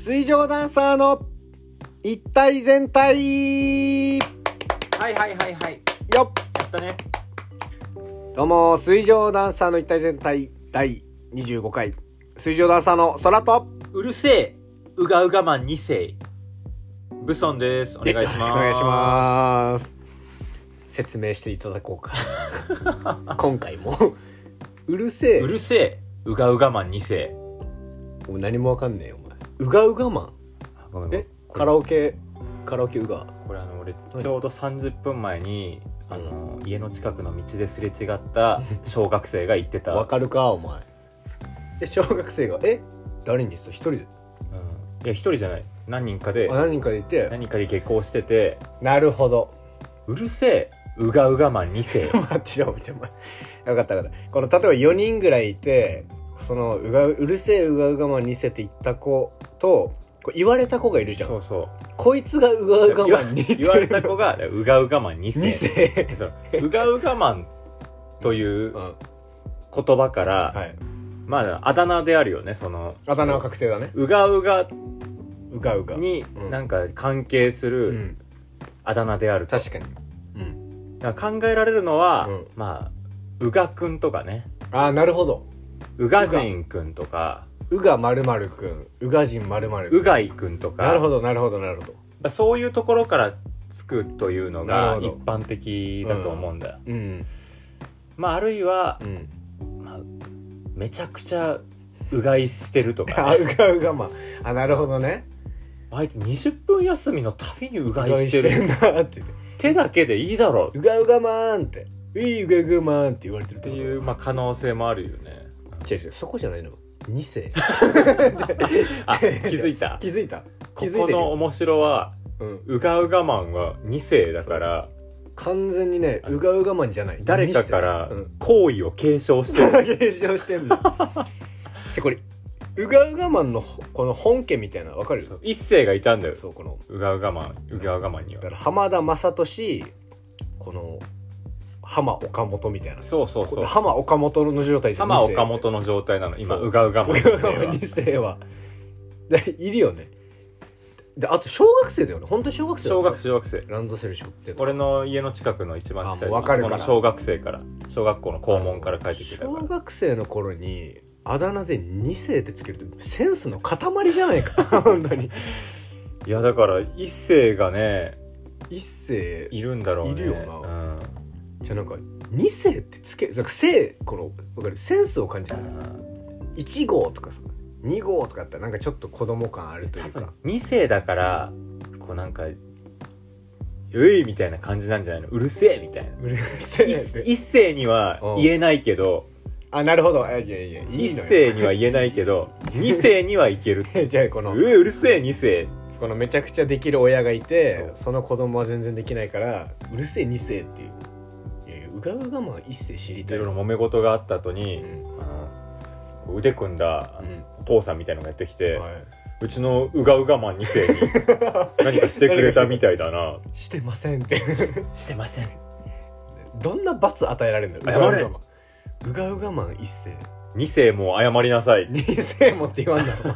水上ダンサーの一体全体はいはいはいはい。 よっ。 やったね。 どうも、水上ダンサーの一体全体第25回水上ダンサーの空とうるせえうがうがマン2世ブソンです。お願いします。 よろしくお願いします。説明していただこうか今回もうるせえうるせえうがうがマン2世。 もう何もわかんねえよお前。うがうがマン。 ごめんカラオケうが。 これ俺ちょうど30分前に家の近くの道ですれ違った小学生が言ってたわかるかお前。小学生が誰にですか？一人で？ いや一人じゃない、何人かでいて何人かで下校してて、 なるほど。 うるせえうがうがマン2世待ってよ、分かったこの例えば4人ぐらいいて、そのうるせえうがうがマン2世って言った子と言われた子がいるじゃん。 そうそう、 こいつがうがうがマン2世言われた子がうがうがマン2世そううがうがマンという言葉から、 はい、 まああだ名であるよね。そのあだ名は確定だね。 うがうがになんか関係するあだ名であると。 確かに。 だから考えられるのは、まあうがくんとかね。 なるほど。 うがじんくんとか、 うが〇〇くん、うがじん〇〇くん、 うがいくんとか。 なるほど。 そういうところからつくというのが一般的だと思うんだよ。まああるいは、まあ、めちゃくちゃうがいしてるとか、ね、 うがうがマン。なるほどね。 あいつ20分休みのたびにうがいしてるなって手だけでいいだろうがうがマンってうがうがマンって言われてるっていう、まあ、可能性もあるよね。 違うそこじゃないの。2世あ、気づいたここの面白は、うがうがマンは2世だから、 完全にね、うがうがマンじゃない、 誰かから行為を継承してる継承してんのこれうがうがマンのこの本家みたいなわかる？ 一世がいたんだよ。 そうこのうがうがマンにはだから浜田雅俊、この浜岡本みたいな。 そう浜岡本の状態じゃん。 浜岡本の状態なの今。うがうがマン 2世はいるよね。であと小学生だよね。本当に小学生ランドセル背負って俺の家の近くの一番近いわかるから、 この小学生から小学校の校門から帰ってきてたから。 小学生の頃にあだ名で2世ってつけるってセンスの塊じゃないか本当に。 いやだから一世がね、 一世いるんだろうね。 いるよな、じゃあなんか2世ってつけなんか生この分かるセンスを感じる。1号とかさ2号とかってなんかちょっと子供感あるというか、 2世だからこうなんかういみたいな感じなんじゃないの？うるせえみたいな。 うるせえ一世には言えないけど、 なるほど。いやいいのよ。 一世には言えないけど2世にはいけるじゃあこのうるせえ2世、 このめちゃくちゃできる親がいて、その子供は全然できないからうるせえ2世っていう。いやうがうがまん1世知りたい。 いろいろ揉め事があった後に、腕組んだお父さんみたいのがやってきて、うちのうがうがマン2世に何かしてくれたみたいだなしてませんってしてません。 どんな罰与えられるんだよ。 謝れ。 うがうがマン1世 2世も謝りなさい。 2世もって言わんだろ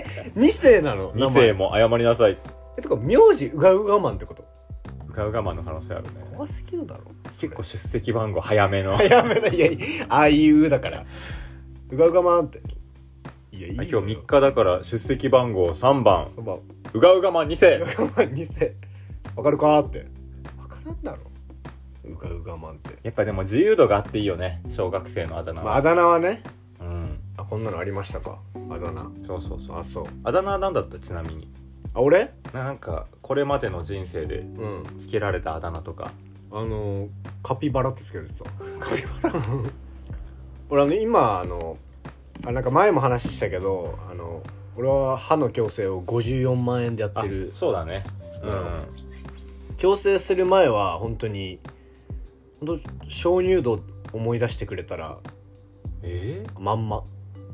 2世なの 2世も謝りなさい。 とか名字うがうがマンってこと？ うがうがマンの可能性あるね。 怖すぎるだろ。 結構出席番号早めのいやあいうだからうがうがマンって。いやいいよ。 今日3日だから出席番号3番うがうがマン2世。 うがうがマン2世わかるかってわからんだろうがうがマンって。 やっぱでも自由度があっていいよね、小学生のあだ名は。 あだ名はね。こんなのありましたか、あだ名。 そうそう。 あだ名は何だった？ちなみに俺なんかこれまでの人生でつけられたあだ名とか。 カピバラってつけるってさ。カピバラ俺今なんか前も話したけど俺は歯の矯正を54万円でやってる。 そうだね。 矯正する前は本当鍾乳洞思い出してくれたらまんま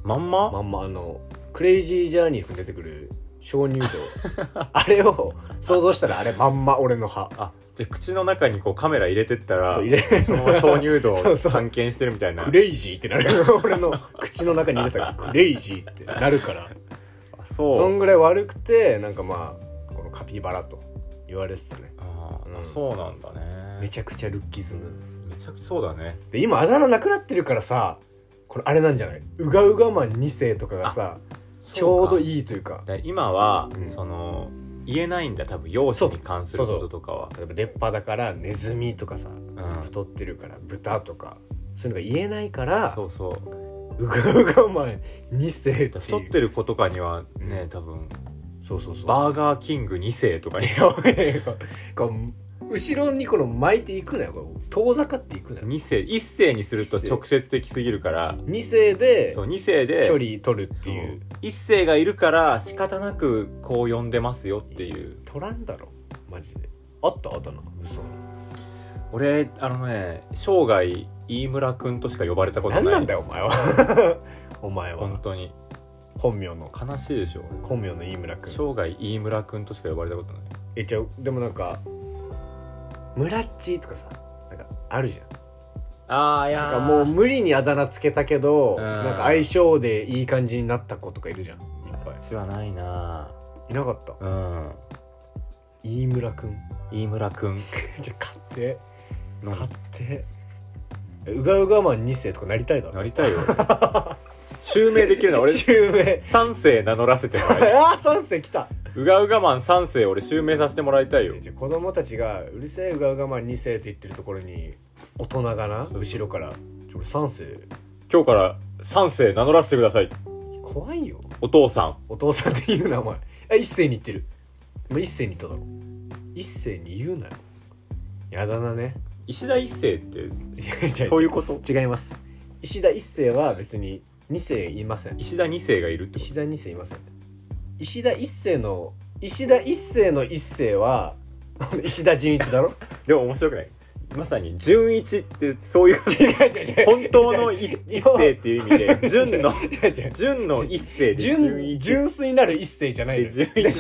クレイジージャーニーに出てくる鍾乳洞あれを想像したらあれまんま俺の歯。 じゃあ口の中にこうカメラ入れてったらそのまま鍾乳洞を探検してるみたいな。 クレイジーってなる俺の口の中に入れたらクレイジーってなるからそんぐらい悪くてなんかまあこのカピバラと言われてたね。 そうなんだね。 めちゃくちゃルッキズム。 めちゃくちゃそうだね。 で今あだ名なくなってるからさ、これあれなんじゃない？うがうがマン2世とかがさちょうどいいというか。 今は、その言えないんだ多分容姿に関することとかは。 例えば出っ歯だからネズミとかさ、太ってるから豚とかそういうのが言えないから、 そうそううがうがマン2世っていう太ってる子とかにはね、多分そうバーガーキング2世とかにこう後ろにこの巻いていくなよ、遠ざかっていくなよ。 2世1世にすると直接的すぎるから 2世でそう2世で距離取るっていう。 1世がいるから仕方なくこう呼んでますよっていう。 取らんだろマジで。あったな嘘。 俺生涯飯村くんとしか呼ばれたことない。 何なんだよお前はお前は本当に本名の悲しいでしょ。 本名の飯村くん、 生涯飯村くんとしか呼ばれたことない。 じゃあでもなんか村っちとかさなんかあるじゃん。 いやなんかもう無理にあだ名つけたけど、なんか相性でいい感じになった子とかいるじゃん、いっぱい。 私はないないなかった。飯村くん飯村くんじゃあ買ってうがうがマン2世とかなりたいだろ。 なりたいよ襲名できるな俺。 襲名 3世名乗らせてもらいたい 3世来た。 うがうがマン3世俺襲名させてもらいたいよ。 子供たちがうるせえうがうがマン2世って言ってるところに大人がな後ろから俺3世今日から3世名乗らせてください。 怖いよ。 お父さんって言うなお前。1世に言ってる。1世に言っただろ。1世に言うなよ。やだなね。 石田一世ってそういうこと？ 違います。石田一世は別に2世いません。 石田2世がいるって。 石田2世いません。石田一世の一世は石田純一だろでも面白くない？まさに純一ってそういう本当の一世っていう意味で純の一世で純粋なる一世じゃない純一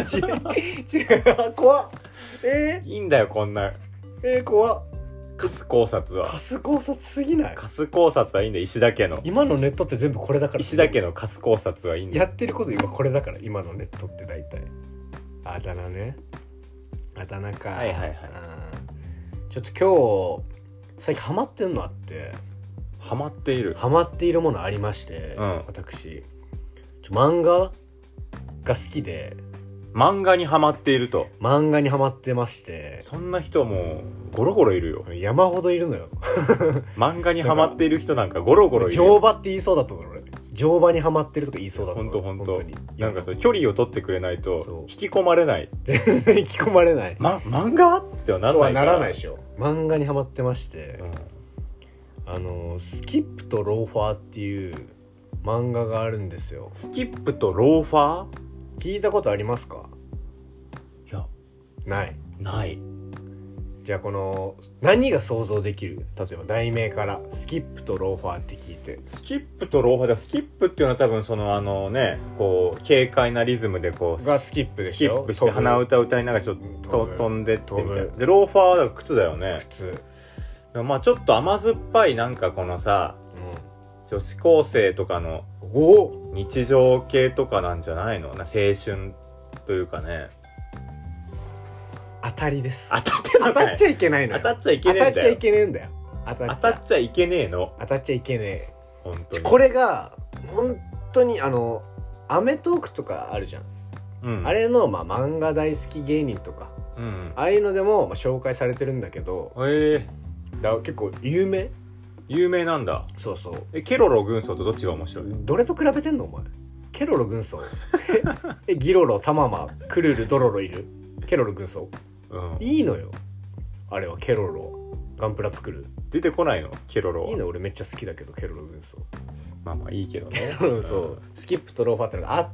怖っ。 いいんだよこんな怖っ。 カス考察はカス考察すぎない？ カス考察はいいんだよ。石田家の今のネットって全部これだから。 石田家のカス考察はいいんだよ。 やってること今これだから。今のネットって大体あだ名ね。あだ名か。 はいはいはい。 ちょっと今日最近ハマってんのあって。 ハマっているものありまして、私漫画が好きで。 漫画にハマっていると。 漫画にハマってまして。 そんな人もゴロゴロいるよ。 山ほどいるのよ漫画にハマっている人なんかゴロゴロいる。 乗馬って言いそうだった俺。乗馬にハマってるとか言いそうだった。 本当になんかそう距離を取ってくれないと引き込まれない。 全然引き込まれない。 漫画ってはならないから。 ならないでしょ。漫画にハマってまして、スキップとローファーっていう漫画があるんですよ。 スキップとローファー聞いたことありますか？ いやない。じゃあこの何が想像できる？例えば題名からスキップとローファーって聞いて。 スキップとローファーで、スキップっていうのは多分そのこう軽快なリズムでこうがスキップでしょ。 スキップして鼻歌歌いながらちょっと飛んでってみたいな。でローファーはだから靴だよね。 靴。 まあちょっと甘酸っぱいなんかこのさ、女子高生とかの日常系とかなんじゃないの？青春というかね。 当たりです。 当たっちゃいけないのよ。当たっちゃいけねえんだよ。 当たっちゃいけねえんだよ。 当たっちゃいけねえの。 当たっちゃいけねえ。 本当に。 これが本当にアメトークとかあるじゃん。あれの漫画大好き芸人とか、ああいうのでも紹介されてるんだけど、だから結構有名なんだ。そうそう。 ケロロ軍曹とどっちが面白い？ どれと比べてんのお前？ケロロ軍曹ギロロタママクルルドロロいる？ケロロ軍曹、いいのよあれは。ケロロガンプラ作る。 出てこないのケロロは。 いいの俺めっちゃ好きだけどケロロ軍曹。 まあいいけどね。 そうスキップとローファーってのがあって、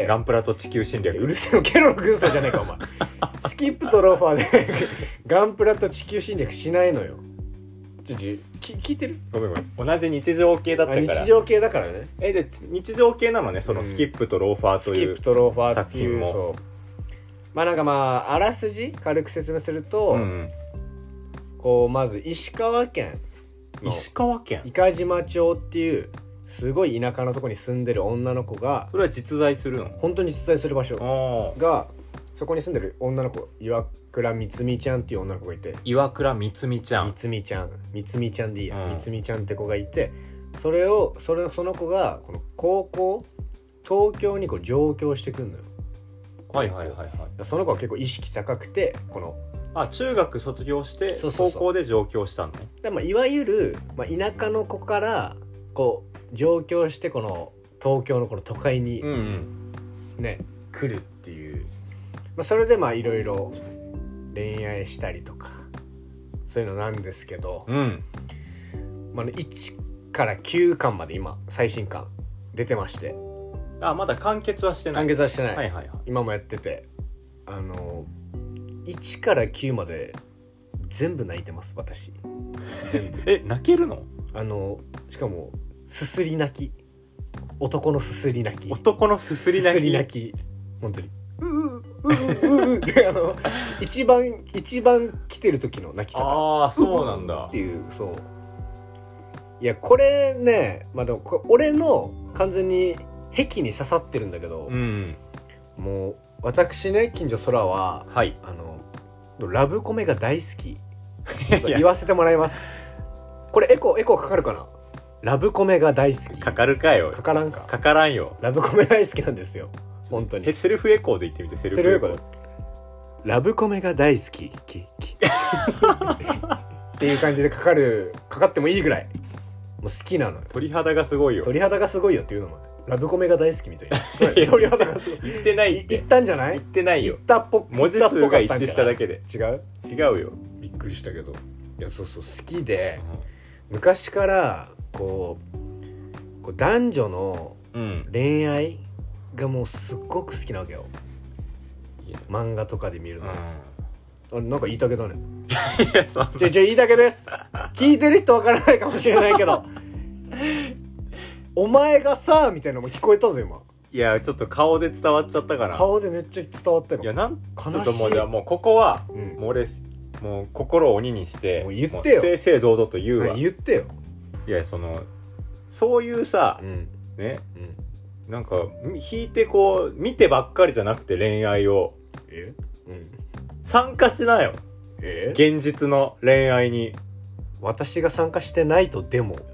ガンプラと地球侵略。 うるせえよケロロ軍曹じゃないかお前スキップとローファーでガンプラと地球侵略しないのよ。聞いてる？ ごめん同じ日常系だったから。 日常系だからね。 で日常系なのねそのスキップとローファーという、 スキップとローファーっていうそうなんかあらすじ軽く説明すると、こうまず石川県伊賀島町っていうすごい田舎のとこに住んでる女の子が、 それは実在するの？ 本当に実在する場所が、そこに住んでる女の子、岩倉みつみちゃんっていう女の子がいて、 岩倉みつみちゃん、 みつみちゃんでいいや、 うんみつみちゃんって子がいて、その子がこの高校東京にこう上京してくるのよ。 はいはいはいはい。 その子は結構意識高くて、この中学卒業してそうそうそう高校で上京したのね。 で、いわゆる、田舎の子からこう上京してこの東京のこの都会にね、来るっていう、それでいろいろ恋愛したりとかそういうのなんですけど、1から9巻まで今最新巻出てまして、 まだ完結はしてない。 完結はしてない、 はいはいはい。 今もやってて、1から9まで全部泣いてます私。全部泣けるの？ しかもすすり泣き、男のすすり泣き、 男のすすり泣き、 すすり泣き、本当にで一番来てる時の泣き方。 そうなんだっていう。そういやこれね、でも俺の完全に癖に刺さってるんだけど、もう私ね、近所空は、 はい、 ラブコメが大好き言わせてもらいます。これエコーかかるかな。ラブコメが大好き。 かかるかよ。 かからんか。 かからんよ。 ラブコメ大好きなんですよ本当に。 セルフエコーで言ってみて。セルフエコー。 ラブコメが大好きっていう感じでかかってもいいぐらいもう好きなのよ。 鳥肌がすごいよ。 鳥肌がすごいよっていうのもラブコメが大好きみたいな鳥肌がすごい。 言ってないって。 言ったんじゃない？ 言ってないよ。 言ったっぽ文字数が一致しただけで。 違うよ。 びっくりしたけど。いやそう好きで、昔からこう男女の恋愛がもうすっごく好きなわけよ、漫画とかで見るの。なんか言いたげだね。じゃ言いたげです。聞いてる人わからないかもしれないけどお前がさみたいなのも聞こえたぞ今。 いやちょっと顔で伝わっちゃったから。 顔でめっちゃ伝わったよ。 いやちょっともうじゃあもうここは、もう俺もう心を鬼にしてもう言ってよ。 正々堂々と言うわ。 言ってよ。 いやそういうさ、ね、なんか引いてこう見てばっかりじゃなくて恋愛を参加しなよ。現実の恋愛に。 私が参加してないとでも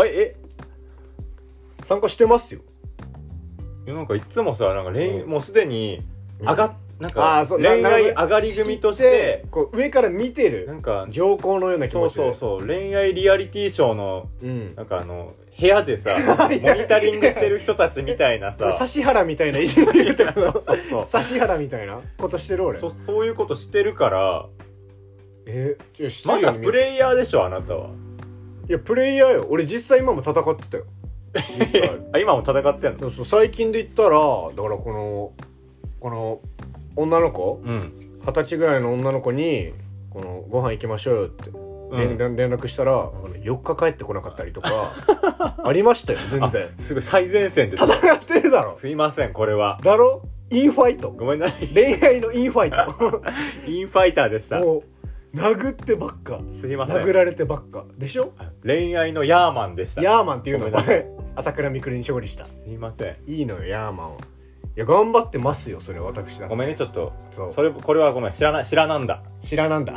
参加してますよ。 いやなんかいつもさなんかもうすでになんか恋愛上がり組としてこう上から見てるなんか上皇のような気持ちで。 そう恋愛リアリティショーの、なんか部屋でさモニタリングしてる人たちみたいなさ指原みたいないじめるってこと指原みたいなことしてる俺。 そういうことしてるからまだプレイヤーでしょあなたは。 いやプレイヤーよ。俺実際今も戦ってたよ。 今も戦ってんの？ そう最近で言ったらだからこの女の子、20歳ぐらいの女の子にご飯行きましょうよって連絡したら4日帰ってこなかったりとかありましたよ全然。 すごい最前線で戦ってるだろ。 すいませんこれは。 だろインファイト。 ごめんなさい。 恋愛のインファイトインファイターでした。 もう殴ってばっか。 すいません。 殴られてばっかでしょ。 恋愛のヤーマンでした。 ヤーマンっていうのが朝倉未来に勝利した。 すいません。 いいのよヤーマンは。いや頑張ってますよそれ私だ。 ごめんねちょっとこれはごめん知らなんだ知らなんだ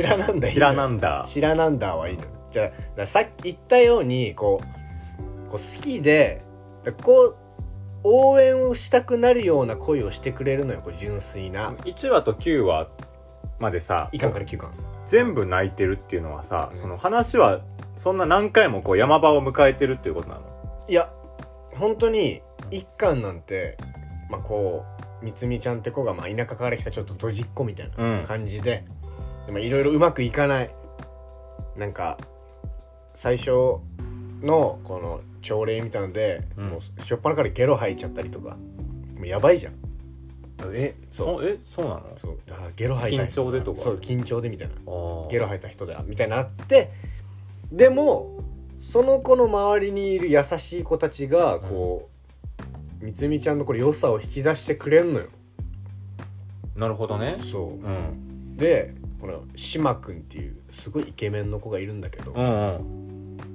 はいいの。じゃあさっき言ったようにこう好きでこう応援をしたくなるような恋をしてくれるのよ。こう純粋な。 1話と9話までさ 1巻から9巻全部泣いてるっていうのはさ、その話はそんな何回もこう山場を迎えてるっていうことなの？ いや本当に1巻なんてこうみつみちゃんって子が田舎から来たちょっとドジっ子みたいな感じで、でもいろいろうまくいかない。なんか最初のこの朝礼みたいので、もうしょっぱなからゲロ吐いちゃったりとかもうやばいじゃん。 そうなの？ そうゲロ吐いた人緊張でとか。 そう緊張でみたいなゲロ吐いた人だみたいなあって、でもその子の周りにいる優しい子たちがこう、みつみちゃんのこれ良さを引き出してくれんのよ。 なるほどね。 そう、でこの島くんっていうすごいイケメンの子がいるんだけど、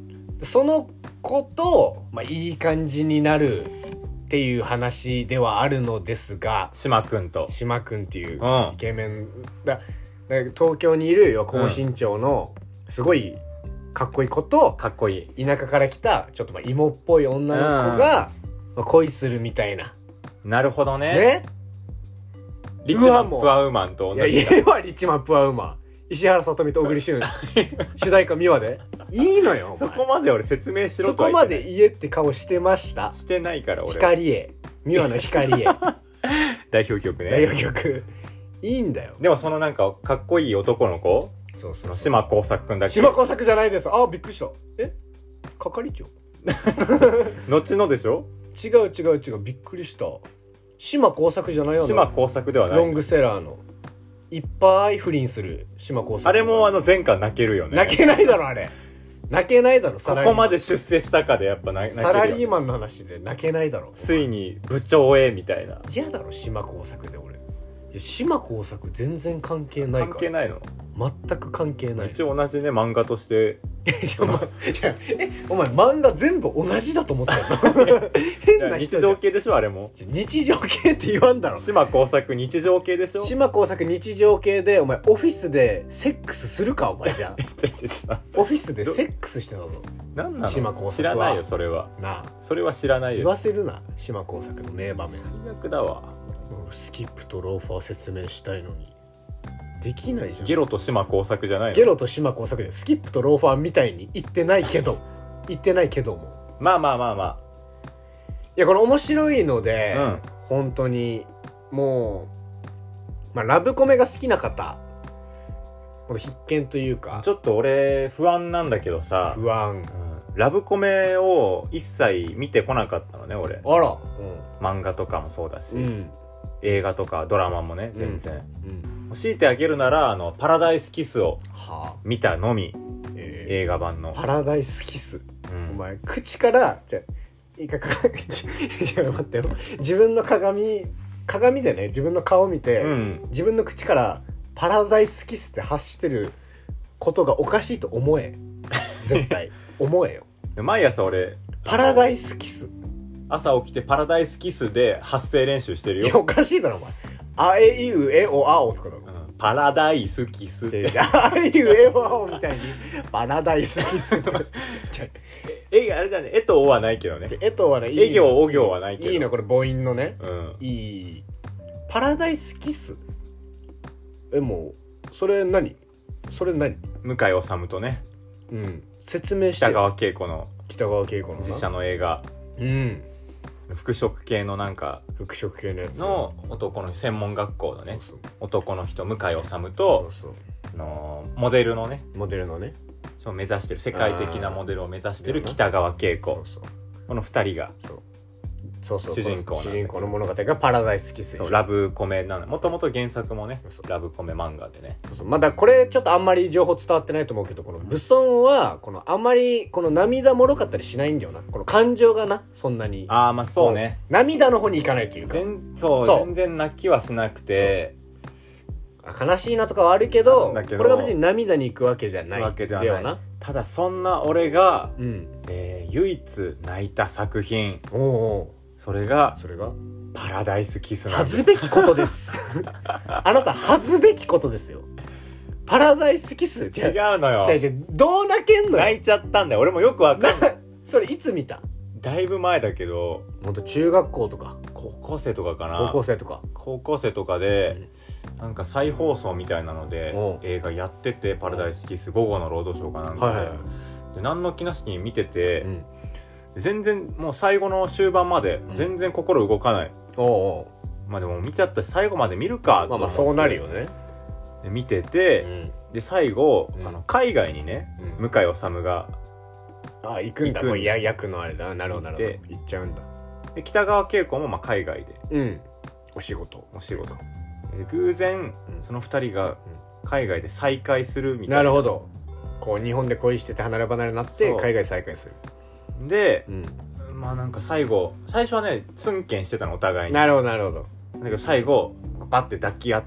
その子と、まあ、いい感じになるっていう話ではあるのですが、 島くんと島くんっていううんイケメンだ東京にいる高身長のすごいかっこいい子と、 かっこいい。 田舎から来たちょっとまあ芋っぽい女の子が、まあ、恋するみたいななるほどね。 ね。 リッチマンプアウーマンといや同じだ。 家はリッチマンプアウーマン、石原さとみと小栗旬主題歌ミワでいいのよ。 そこまで俺説明しろそこまとは言ってないで家って顔してました。 してないから俺。 光栄ミワの光栄代表曲ね。 代表曲いいんだよ。 でもそのなんかかっこいい男の子、 そうそう島耕作くんだっけ。 島耕作じゃないです。あ、びっくりした。係長後のでしょ。 違うびっくりした。島耕作じゃないよ。 島耕作ではない。 ロングセラーのいっぱい不倫する島耕作。 あれも前回泣けるよね。 泣けないだろあれ。泣けないだろ。 ここまで出世したかでやっぱ泣けるよ。 サラリーマンの話で泣けないだろ。 ついに部長へみたいな。 嫌だろ島耕作で俺。いや島耕作全然関係ないから。 関係ないの。 全く関係ない。 一応同じね漫画としてお前漫画全部同じだと思ったよ変な人日常系でしょあれも。 日常系って言わんだろ。 島耕作日常系でしょ。 島耕作日常系でお前オフィスでセックスするかお前じゃんオフィスでセックスしてたぞ。 何な島耕作はの知らないよそれは。 なあそれは知らない言よ。 わせるな島耕作の名場面。 最悪だわ。 スキップとローファー説明したいのにできないじゃん。 ゲロと島耕作じゃないの。 ゲロと島耕作でスキップとローファーみたいに言ってないけどもまあいやこれ面白いので、 うん本当にもう、まあ、ラブコメが好きな方これ必見というか。 ちょっと俺不安なんだけどさ、 不安。 うんラブコメを一切見てこなかったのね俺。 あら。 漫画とかもそうだし、 うん映画とかドラマもね全然、 うん。 強いてあげるならパラダイスキスをはあ。 見たのみ、映画版の、 パラダイスキス。 うんお前口からじゃいいかちょっと待ってよ。自分の鏡でね自分の顔見て、 うん自分の口からパラダイスキスって発してることがおかしいと思え。絶対思えよ。 毎朝俺パラダイスキス。 朝起きてパラダイスキスで発声練習してるいやよ。 おかしいだろお前。あえいうえおあおとかだろ。 パラダイスキスってあえいうえおあおみたいにパラダイスキス。 あれだね、えとおはないけどね。 えとはね、 え行お行はないけど。 いいのこれ母音のね。 うん。 いい。パラダイスキス。もうそれ何？向向井治とね、 説明して北川景子の北川景子のな実写の映画、服飾系のなんか服飾系のやつの男の専門学校のねそう男の人向井治そとうそうモデルのねモデルのねそう目指してる世界的なモデルを目指してる北川景子、 そうこの2人が主人公の物語がパラダイスキス。 そうラブコメなの。もともと原作もねそうラブコメ漫画でね。 そうまだこれちょっとあんまり情報伝わってないと思うけど、このブソンはこのあんまりこの涙もろかったりしないんだよな。この感情がなそんなにああまあそうね、 涙の方に行かないというかそう全然泣きはしなくて、 悲しいなとかはあるけどだけどこれが別に涙に行くわけじゃないわけではだよない。ただそんな俺が、 うん唯一泣いた作品、 おうおうそれがそれがパラダイスキスなんです。 恥ずべきことですあなた恥ずべきことですよ。パラダイスキス違うのよ。 違うどう泣けんのよ。 泣いちゃったんだよ。俺もよくわかんない。 それいつ見た？ だいぶ前だけど、 ほんと中学校とか高校生とかかな。 高校生とか高校生とかで、なんか再放送みたいなので映画やってて、パラダイスキス午後のロードショーかなんかで、で何の気なしに見てて、全然もう最後の終盤まで全然心動かない、まあでも見ちゃったし最後まで見るかと思って、 まあそうなるよね。 で見てて、で最後、海外にね、向井治が行くんだ。もう役のあれだな。なるほど行っちゃうんだ。 で北川景子もまあ海外で、 お仕事で偶然、その2人が海外で再会するみたいな。 なるほど。こう日本で恋してて離れ離れになって海外再会する。 で、まあなんか最初はねツンケンしてたのお互いに。 なるほどだけど最後パッて抱き合って、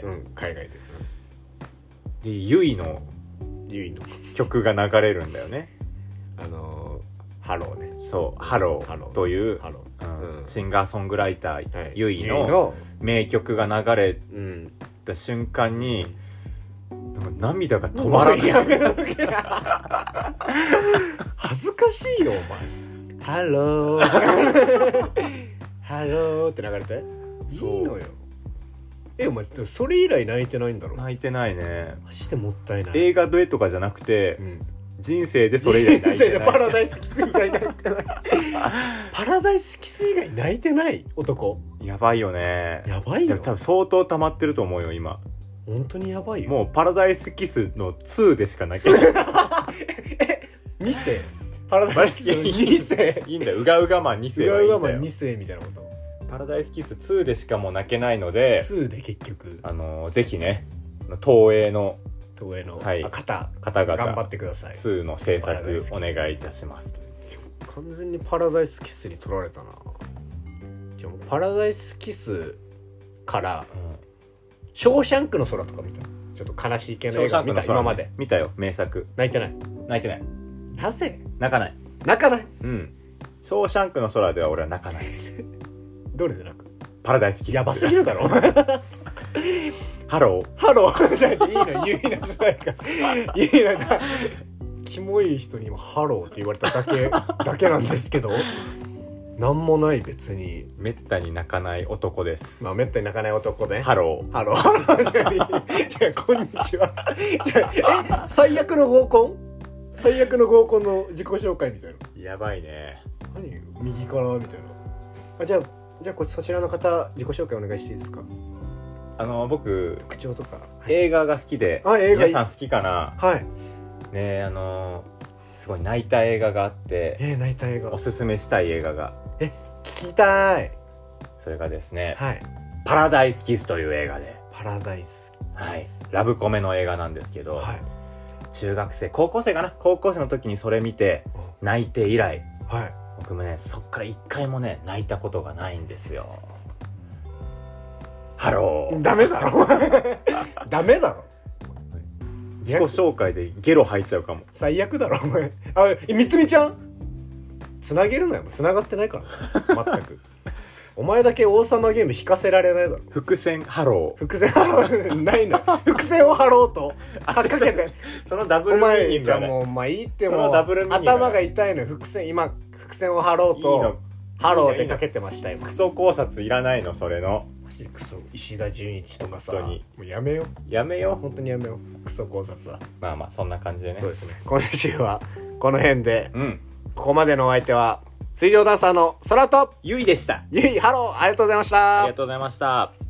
海外でユイの曲が流れるんだよね。 ハローね。 そうハロハローーというハロうんシンガーソングライター、 はいゆいの名曲が流れうんた瞬間になんか涙が止まらない。 やめろ恥ずかしいよお前。ハローハローって流れていそういのよ。お前でもそれ以来泣いてないんだろ。 泣いてないね。 マジでもったいない。 映画でとかじゃなくて、 うん人生でそれ以来泣いてない。 パラダイスキス以外泣いてないパラダイスキス以外泣いてない男。 やばいよね。 やばいよ。 多分相当溜まってると思うよ今。 本当にやばいよ。 もうパラダイスキスの2でしか泣けない。 2世パラダイスキスの2世いいんだよ。うがうがマン2世うがはいいだよ。 うんがま2世みたいなこと。 パラダイスキス2でしかもう泣けないので、 2で結局ぜひね東映の東映の、 はい方 々 頑張ってください。 2の制作お願いいたします。 完全にパラダイスキスに取られたな。じゃあもうパラダイスキスからショーシャンクの空とか見た。ちょっと悲しい系の映画見た。今まで見たよ。名作。 泣いてない。 泣いてない。 なぜ泣かない。 泣かない。 うんショーシャンクの空では俺は泣かない。 どれで泣く。 パラダイスキス。 やばすぎるだろハローハローいいのゆいなじゃないか。ゆいなだキモい人に今ハローって言われただけなんですけどなんもない別に。 めったに泣かない男です。 まあめったに泣かない男で、 ハロー。 ハローじゃあこんにちは。じゃあ最悪の合コンの自己紹介みたいな。 やばいね。 何右からみたいな。じゃあそちらの方自己紹介お願いしていいですか。 僕口調とか、はい、 映画が好きで、 映画皆さん好きかな。 はいねすごい泣いた映画があって、 泣いた映画おすすめしたい映画が聞きたい。 それがですね、 はいパラダイスキスという映画で、 パラダイスキス、 はい、ラブコメの映画なんですけど、 はい中学生高校生の時にそれ見て泣いて以来、 はい、 僕もねそっから一回もね泣いたことがないんですよ。ハロー。 ダメだろダメだろ。 自己紹介でゲロ吐いちゃうかも。 最悪だろお前。みつみちゃんつなげるなよ。つながってないから全くお前だけ王様ゲーム引かせられないだろ。 伏線ハロー。 伏線ハローないの。伏線を張ろうとかけてそのダブルミーニングじゃあもういいってもう頭が痛いの。伏線を張ろうといいのハローってかけてました今。 クソ考察いらないのそれの。 マジクソ石田純一とかさ、 本当にもうやめよう本当にやめようクソ考察は。 まあそんな感じでね。 そうですね。今週はこの辺で、 ここまでのお相手は水上ダンサーの空とゆいでした。 ゆいハローありがとうございました。 ありがとうございました。